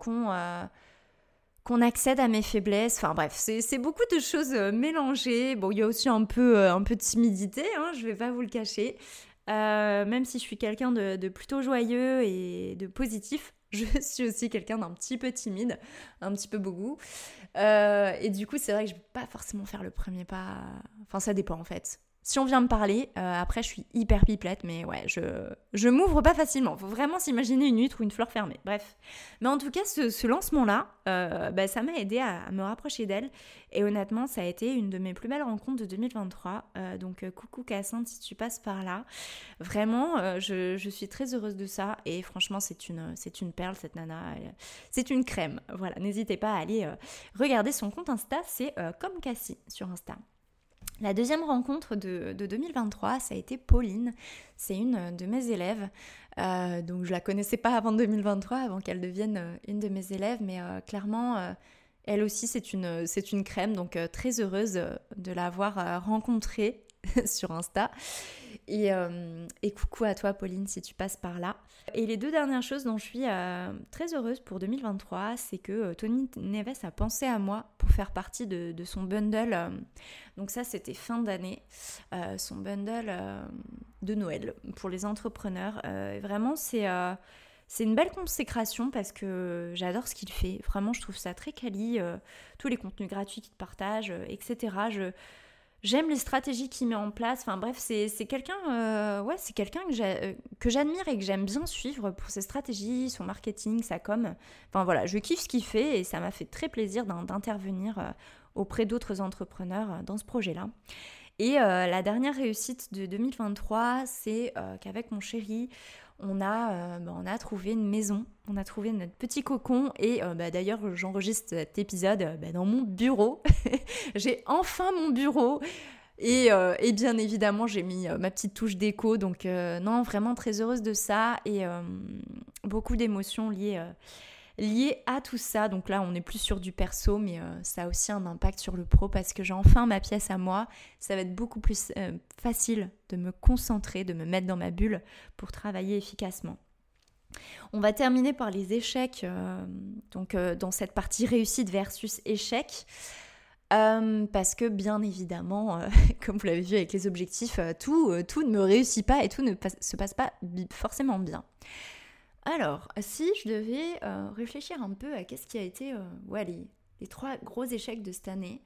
qu'on accède à mes faiblesses. Enfin bref, c'est beaucoup de choses mélangées. Bon, il y a aussi un peu de timidité, hein, je vais pas vous le cacher. Même si je suis quelqu'un de plutôt joyeux et de positif, je suis aussi quelqu'un d'un petit peu timide, un petit peu beaucoup. Et du coup, c'est vrai que je ne vais pas forcément faire le premier pas. Enfin, ça dépend en fait. Si on vient me parler, après je suis hyper pipelette, mais ouais, je m'ouvre pas facilement. Faut vraiment s'imaginer une huître ou une fleur fermée. Bref. Mais en tout cas, ce lancement-là, ça m'a aidé à me rapprocher d'elle. Et honnêtement, ça a été une de mes plus belles rencontres de 2023. Donc coucou Cassandre, si tu passes par là. Vraiment, je suis très heureuse de ça. Et franchement, c'est une perle, cette nana. C'est une crème. Voilà, n'hésitez pas à aller regarder son compte Insta. C'est comme Cassie sur Insta. La 2e rencontre de 2023, ça a été Pauline. C'est une de mes élèves. Donc je la connaissais pas avant 2023, avant qu'elle devienne une de mes élèves. Mais clairement, elle aussi, c'est une crème. Donc très heureuse de l'avoir rencontrée sur Insta. Et coucou à toi Pauline si tu passes par là. Et les 2 dernières choses dont je suis très heureuse pour 2023, c'est que Tony Neves a pensé à moi pour faire partie de son bundle. Donc ça c'était fin d'année, son bundle de Noël pour les entrepreneurs. Vraiment c'est une belle consécration parce que j'adore ce qu'il fait. Vraiment je trouve ça très quali, tous les contenus gratuits qu'il partage, etc. J'aime les stratégies qu'il met en place. Enfin bref, c'est quelqu'un que j'admire et que j'aime bien suivre pour ses stratégies, son marketing, sa com. Enfin voilà, je kiffe ce qu'il fait et ça m'a fait très plaisir d'intervenir auprès d'autres entrepreneurs dans ce projet-là. Et la dernière réussite de 2023, c'est qu'avec mon chéri, on a trouvé une maison, on a trouvé notre petit cocon et d'ailleurs j'enregistre cet épisode dans mon bureau. J'ai enfin mon bureau et bien évidemment j'ai mis ma petite touche déco, donc non, vraiment très heureuse de ça et beaucoup d'émotions liées à tout ça. Donc là on n'est plus sur du perso, mais ça a aussi un impact sur le pro parce que j'ai enfin ma pièce à moi. Ça va être beaucoup plus facile de me concentrer, de me mettre dans ma bulle pour travailler efficacement. On va terminer par les échecs, dans cette partie réussite versus échec. Parce que bien évidemment, comme vous l'avez vu avec les objectifs, tout ne me réussit pas et tout ne se passe pas forcément bien. Alors, si je devais réfléchir un peu à qu'est-ce qui a été les 3 gros échecs de cette année.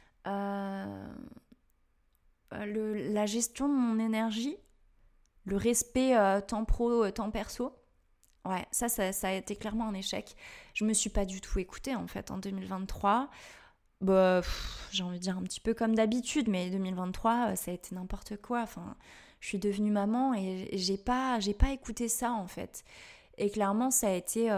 La gestion de mon énergie, le respect temps pro, temps perso. Ouais, ça a été clairement un échec. Je me suis pas du tout écoutée en fait en 2023. Bah, j'ai envie de dire un petit peu comme d'habitude, mais 2023, ça a été n'importe quoi. Enfin, je suis devenue maman et j'ai pas écouté ça en fait. Et clairement, ça a été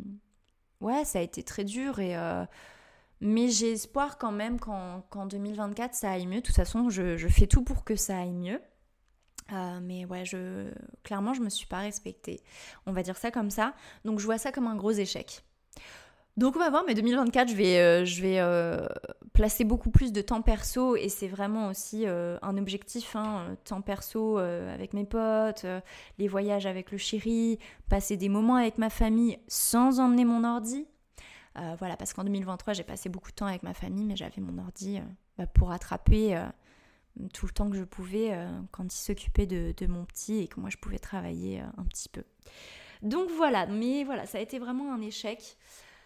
très dur mais j'ai espoir quand même qu'en 2024 ça aille mieux. De toute façon, je fais tout pour que ça aille mieux. Mais ouais, clairement, je me suis pas respectée. On va dire ça comme ça. Donc, je vois ça comme un gros échec. Donc, on va voir, mais 2024, je vais placer beaucoup plus de temps perso. Et c'est vraiment aussi un objectif, temps perso avec mes potes, les voyages avec le chéri, passer des moments avec ma famille sans emmener mon ordi. Voilà, parce qu'en 2023, j'ai passé beaucoup de temps avec ma famille, mais j'avais mon ordi pour rattraper tout le temps que je pouvais quand il s'occupait de mon petit et que moi, je pouvais travailler un petit peu. Donc voilà, mais voilà, ça a été vraiment un échec.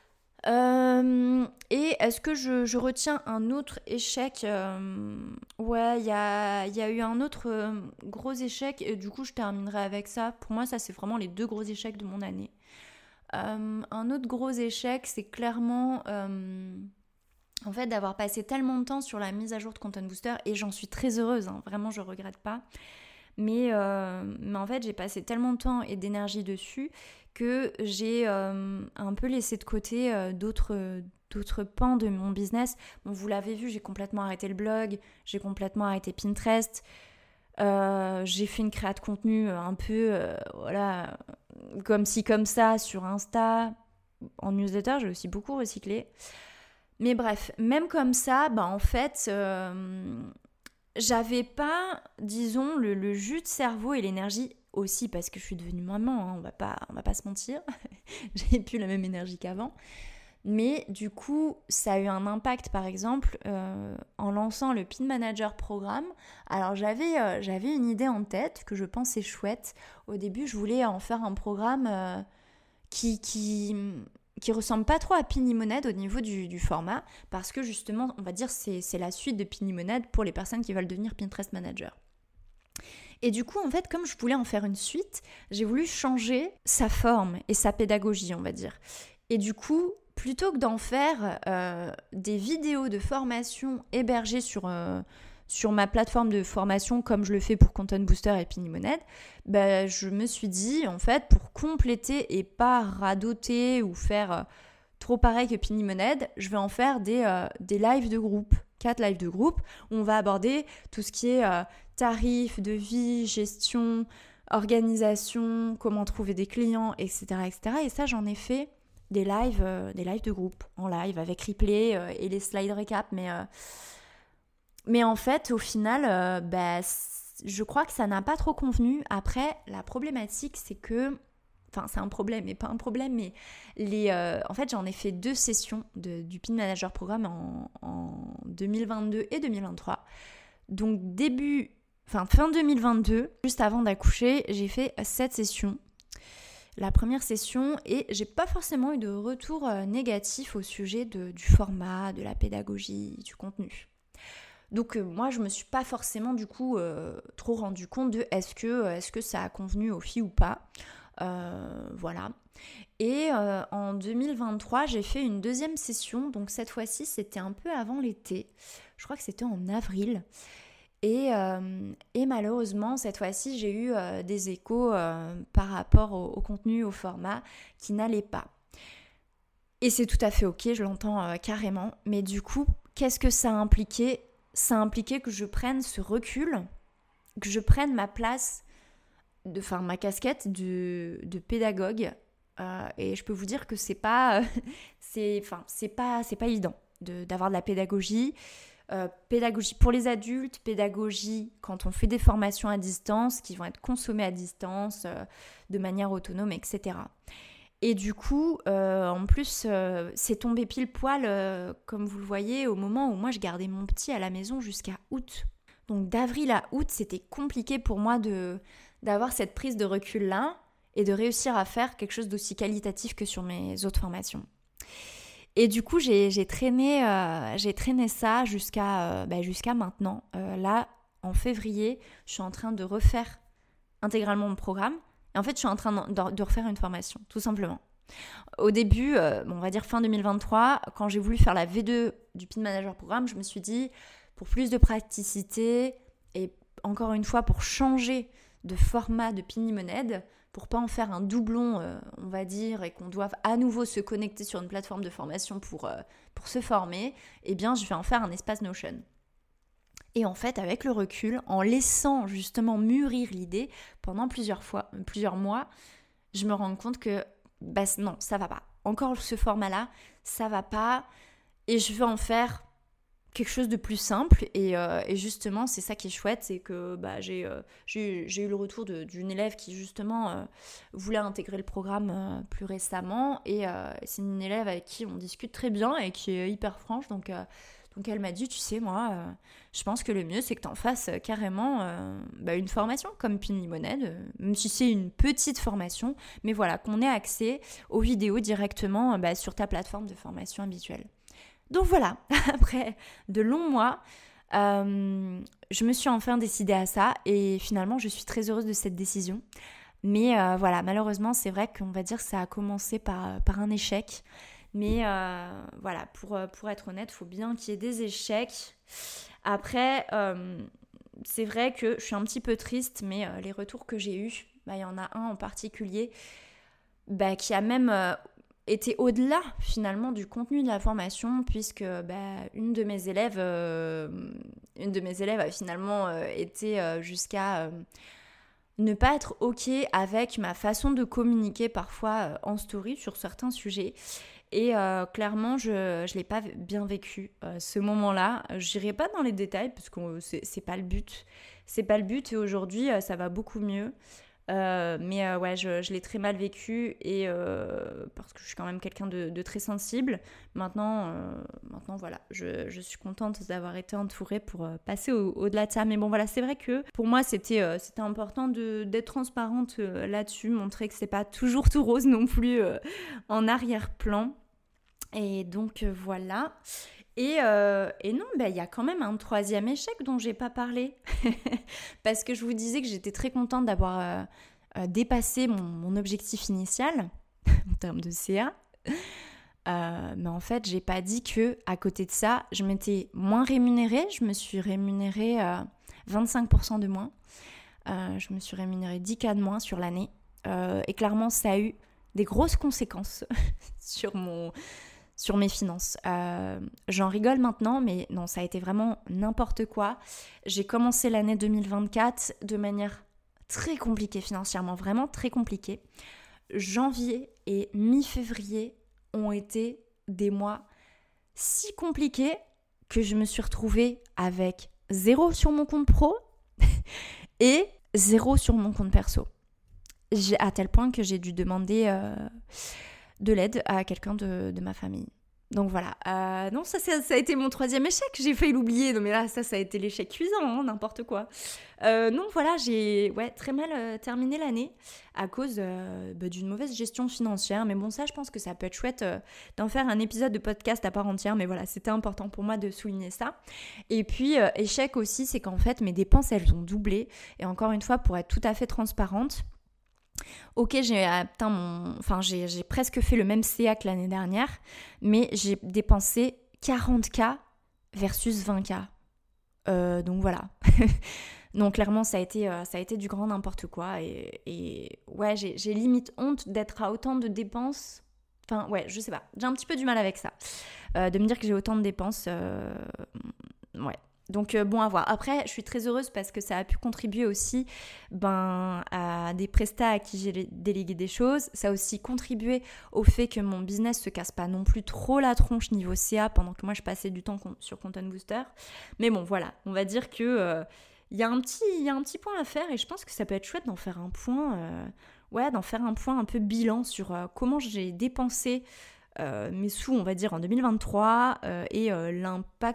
Et est-ce que je retiens un autre échec Ouais, il y a eu un autre gros échec, et du coup, je terminerai avec ça. Pour moi, ça, c'est vraiment les 2 gros échecs de mon année. Un autre gros échec, c'est clairement en fait d'avoir passé tellement de temps sur la mise à jour de Content Booster, et j'en suis très heureuse, vraiment je regrette pas, mais en fait j'ai passé tellement de temps et d'énergie dessus que j'ai un peu laissé de côté d'autres pans de mon business. Bon, vous l'avez vu, j'ai complètement arrêté le blog, j'ai complètement arrêté Pinterest, j'ai fait une créa de contenu un peu voilà, comme ci comme ça sur Insta, en newsletter, j'ai aussi beaucoup recyclé. Mais bref, même comme ça, en fait, j'avais pas, disons, le jus de cerveau et l'énergie aussi, parce que je suis devenue maman, on va pas se mentir, j'ai plus la même énergie qu'avant. Mais du coup, ça a eu un impact, par exemple, en lançant le Pin Manager programme. Alors, j'avais une idée en tête que je pensais chouette. Au début, je voulais en faire un programme qui ressemble pas trop à Pinimonade au niveau du format, parce que justement, on va dire, c'est la suite de Pinimonade pour les personnes qui veulent devenir Pinterest Manager. Et du coup, en fait, comme je voulais en faire une suite, j'ai voulu changer sa forme et sa pédagogie, on va dire. Et du coup, plutôt que d'en faire des vidéos de formation hébergées sur ma plateforme de formation comme je le fais pour Content Booster et Pinimonade, je me suis dit, en fait, pour compléter et pas radoter ou faire trop pareil que Pinimonade, je vais en faire des lives de groupe, 4 lives de groupe, où on va aborder tout ce qui est tarifs, devis, gestion, organisation, comment trouver des clients, etc. etc. Et ça, j'en ai fait des lives de groupe, en live, avec replay et les slides récap. Mais en fait, au final, je crois que ça n'a pas trop convenu. Après, la problématique, c'est que... Enfin, c'est un problème, mais pas un problème, mais en fait, j'en ai fait 2 sessions du Pin Manager Programme en 2022 et 2023. Donc, fin 2022, juste avant d'accoucher, j'ai fait 7 sessions. La première session, et j'ai pas forcément eu de retour négatif au sujet du format, de la pédagogie, du contenu. Donc moi je me suis pas forcément du coup trop rendu compte de est-ce que ça a convenu aux filles ou pas. Voilà. Et en 2023 j'ai fait une 2e session, donc cette fois-ci c'était un peu avant l'été, je crois que c'était en avril. Et malheureusement, cette fois-ci, j'ai eu des échos par rapport au contenu, au format, qui n'allaient pas. Et c'est tout à fait ok, je l'entends carrément. Mais du coup, qu'est-ce que ça a impliqué ? Ça a impliqué que je prenne ce recul, que je prenne ma place, ma casquette de pédagogue. Et je peux vous dire que c'est pas évident d'avoir de la pédagogie. Pédagogie pour les adultes, pédagogie quand on fait des formations à distance qui vont être consommées à distance de manière autonome, etc. Et du coup, en plus, c'est tombé pile poil, comme vous le voyez, au moment où moi je gardais mon petit à la maison jusqu'à août. Donc d'avril à août, c'était compliqué pour moi d'avoir cette prise de recul-là et de réussir à faire quelque chose d'aussi qualitatif que sur mes autres formations. Et du coup, j'ai traîné ça jusqu'à maintenant. Là, en février, je suis en train de refaire intégralement mon programme. Et en fait, je suis en train de refaire une formation, tout simplement. Au début, on va dire fin 2023, quand j'ai voulu faire la V2 du PIN Manager Programme, je me suis dit, pour plus de praticité et encore une fois, pour changer de format de PIN Limonade, pour pas en faire un doublon, on va dire, et qu'on doive à nouveau se connecter sur une plateforme de formation pour se former, eh bien, je vais en faire un espace Notion. Et en fait, avec le recul, en laissant justement mûrir l'idée pendant plusieurs mois, je me rends compte que non, ça va pas. Encore ce format-là, ça va pas. Et je veux en faire quelque chose de plus simple. Et justement, c'est ça qui est chouette, c'est que j'ai eu le retour d'une élève qui justement voulait intégrer le programme plus récemment. Et c'est une élève avec qui on discute très bien et qui est hyper franche. Donc elle m'a dit, tu sais, moi, je pense que le mieux, c'est que tu en fasses carrément une formation comme PIN Limonade, même si c'est une petite formation, mais voilà, qu'on ait accès aux vidéos directement sur ta plateforme de formation habituelle. Donc voilà, après de longs mois, je me suis enfin décidée à ça et finalement, je suis très heureuse de cette décision. Mais voilà, malheureusement, c'est vrai qu'on va dire que ça a commencé par un échec. Mais voilà, pour être honnête, il faut bien qu'il y ait des échecs. Après, c'est vrai que je suis un petit peu triste, mais les retours que j'ai eus, il y en a un en particulier qui a même été au-delà finalement du contenu de la formation, puisque une de mes élèves a finalement été jusqu'à ne pas être OK avec ma façon de communiquer parfois en story sur certains sujets. Et clairement, je ne l'ai pas bien vécu ce moment-là. Je n'irai pas dans les détails parce que c'est pas le but. C'est pas le but et aujourd'hui, ça va beaucoup mieux. Mais ouais, je l'ai très mal vécu et parce que je suis quand même quelqu'un de très sensible. Maintenant voilà, je suis contente d'avoir été entourée pour passer au-delà de ça. Mais bon, voilà, c'est vrai que pour moi, c'était important d'être transparente là-dessus, montrer que c'est pas toujours tout rose non plus en arrière-plan. Et donc voilà. Et non, il y a quand même un troisième échec dont j'ai pas parlé. Parce que je vous disais que j'étais très contente d'avoir dépassé mon objectif initial en termes de CA. Mais en fait, j'ai pas dit que à côté de ça, je m'étais moins rémunérée. Je me suis rémunérée 25% de moins. Je me suis rémunérée 10K de moins sur l'année. Et clairement, ça a eu des grosses conséquences sur mes finances. J'en rigole maintenant, mais non, ça a été vraiment n'importe quoi. J'ai commencé l'année 2024 de manière très compliquée financièrement, vraiment très compliquée. Janvier et mi-février ont été des mois si compliqués que je me suis retrouvée avec 0 sur mon compte pro et 0 sur mon compte perso. À tel point que j'ai dû demander de l'aide à quelqu'un de ma famille. Donc voilà, non, ça a été mon troisième échec, j'ai failli l'oublier, non mais là ça a été l'échec cuisant, n'importe quoi. Non voilà, j'ai très mal terminé l'année à cause d'une mauvaise gestion financière, mais bon ça je pense que ça peut être chouette d'en faire un épisode de podcast à part entière, mais voilà, c'était important pour moi de souligner ça. Et puis échec aussi, c'est qu'en fait mes dépenses elles ont doublé, et encore une fois pour être tout à fait transparente, ok, j'ai presque fait le même CA que l'année dernière, mais j'ai dépensé 40K versus 20K. Donc voilà. Donc clairement, ça a été du grand n'importe quoi. Et ouais, j'ai limite honte d'être à autant de dépenses. Enfin, ouais, je sais pas. J'ai un petit peu du mal avec ça. De me dire que j'ai autant de dépenses. Ouais. Donc bon à voir. Après, je suis très heureuse parce que ça a pu contribuer aussi à des prestats à qui j'ai délégué des choses. Ça a aussi contribué au fait que mon business se casse pas non plus trop la tronche niveau CA pendant que moi je passais du temps sur Content Booster. Mais bon voilà, on va dire que il y a un petit point à faire et je pense que ça peut être chouette d'en faire un point, un peu bilan sur comment j'ai dépensé mes sous, on va dire, en 2023 et l'impact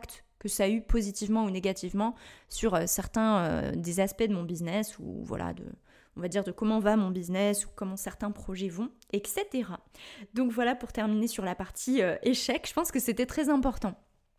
que ça a eu positivement ou négativement sur certains des aspects de mon business ou voilà, on va dire de comment va mon business ou comment certains projets vont, etc. Donc voilà pour terminer sur la partie échec, je pense que c'était très important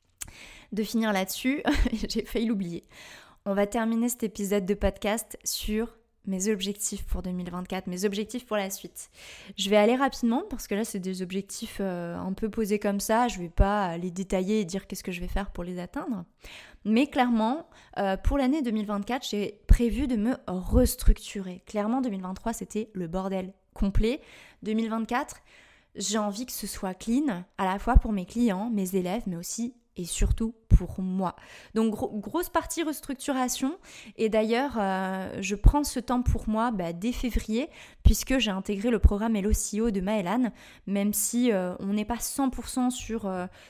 de finir là-dessus, j'ai failli l'oublier. On va terminer cet épisode de podcast sur mes objectifs pour 2024, mes objectifs pour la suite. Je vais aller rapidement parce que là c'est des objectifs un peu posés comme ça, je vais pas les détailler et dire qu'est-ce que je vais faire pour les atteindre. Mais clairement, pour l'année 2024, j'ai prévu de me restructurer. Clairement, 2023, c'était le bordel complet. 2024, j'ai envie que ce soit clean, à la fois pour mes clients, mes élèves, mais aussi et surtout pour moi. Donc grosse partie restructuration et d'ailleurs je prends ce temps pour moi dès février puisque j'ai intégré le programme Hello CEO de Maëlan, même si on n'est pas 100% sur...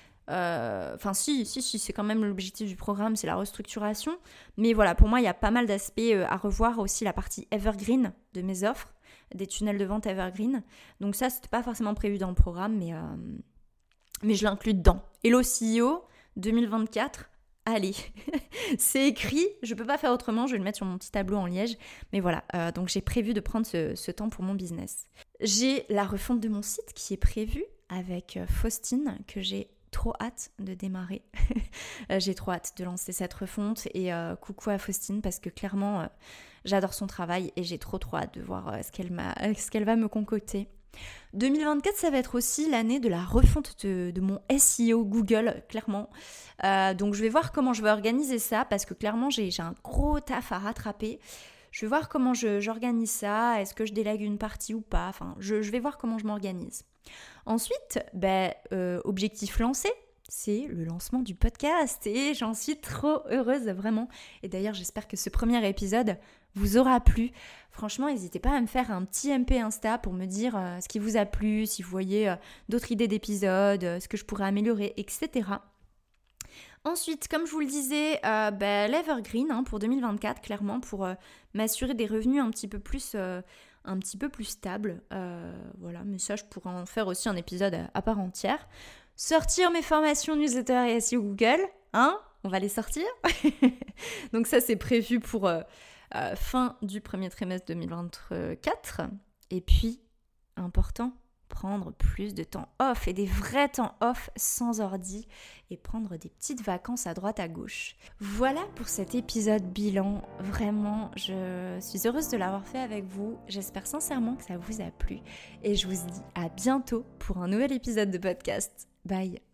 Enfin si, c'est quand même l'objectif du programme, c'est la restructuration. Mais voilà, pour moi il y a pas mal d'aspects à revoir, aussi la partie evergreen de mes offres, des tunnels de vente evergreen. Donc ça c'était pas forcément prévu dans le programme mais je l'inclus dedans. Hello CEO 2024, allez, c'est écrit, je peux pas faire autrement, je vais le mettre sur mon petit tableau en liège. Mais voilà, donc j'ai prévu de prendre ce temps pour mon business. J'ai la refonte de mon site qui est prévue avec Faustine, que j'ai trop hâte de démarrer. J'ai trop hâte de lancer cette refonte et coucou à Faustine parce que clairement, j'adore son travail et j'ai trop hâte de voir ce qu'elle va me concocter. 2024, ça va être aussi l'année de la refonte de mon SEO Google, clairement. Donc je vais voir comment je vais organiser ça parce que clairement j'ai un gros taf à rattraper. Je vais voir comment j'organise ça, est-ce que je délègue une partie ou pas, enfin je vais voir comment je m'organise. Ensuite, objectif lancé, c'est le lancement du podcast et j'en suis trop heureuse vraiment. Et d'ailleurs j'espère que ce premier épisode vous aura plu. Franchement, n'hésitez pas à me faire un petit MP Insta pour me dire ce qui vous a plu, si vous voyez d'autres idées d'épisodes, ce que je pourrais améliorer, etc. Ensuite, comme je vous le disais, l'Evergreen pour 2024, clairement, pour m'assurer des revenus un petit peu plus stables. Voilà, mais ça, je pourrais en faire aussi un épisode à part entière. Sortir mes formations newsletter et SEO Google, on va les sortir. Donc ça, c'est prévu pour fin du premier trimestre 2024. Et puis, important, prendre plus de temps off et des vrais temps off sans ordi et prendre des petites vacances à droite à gauche. Voilà pour cet épisode bilan. Vraiment, je suis heureuse de l'avoir fait avec vous. J'espère sincèrement que ça vous a plu et je vous dis à bientôt pour un nouvel épisode de podcast. Bye!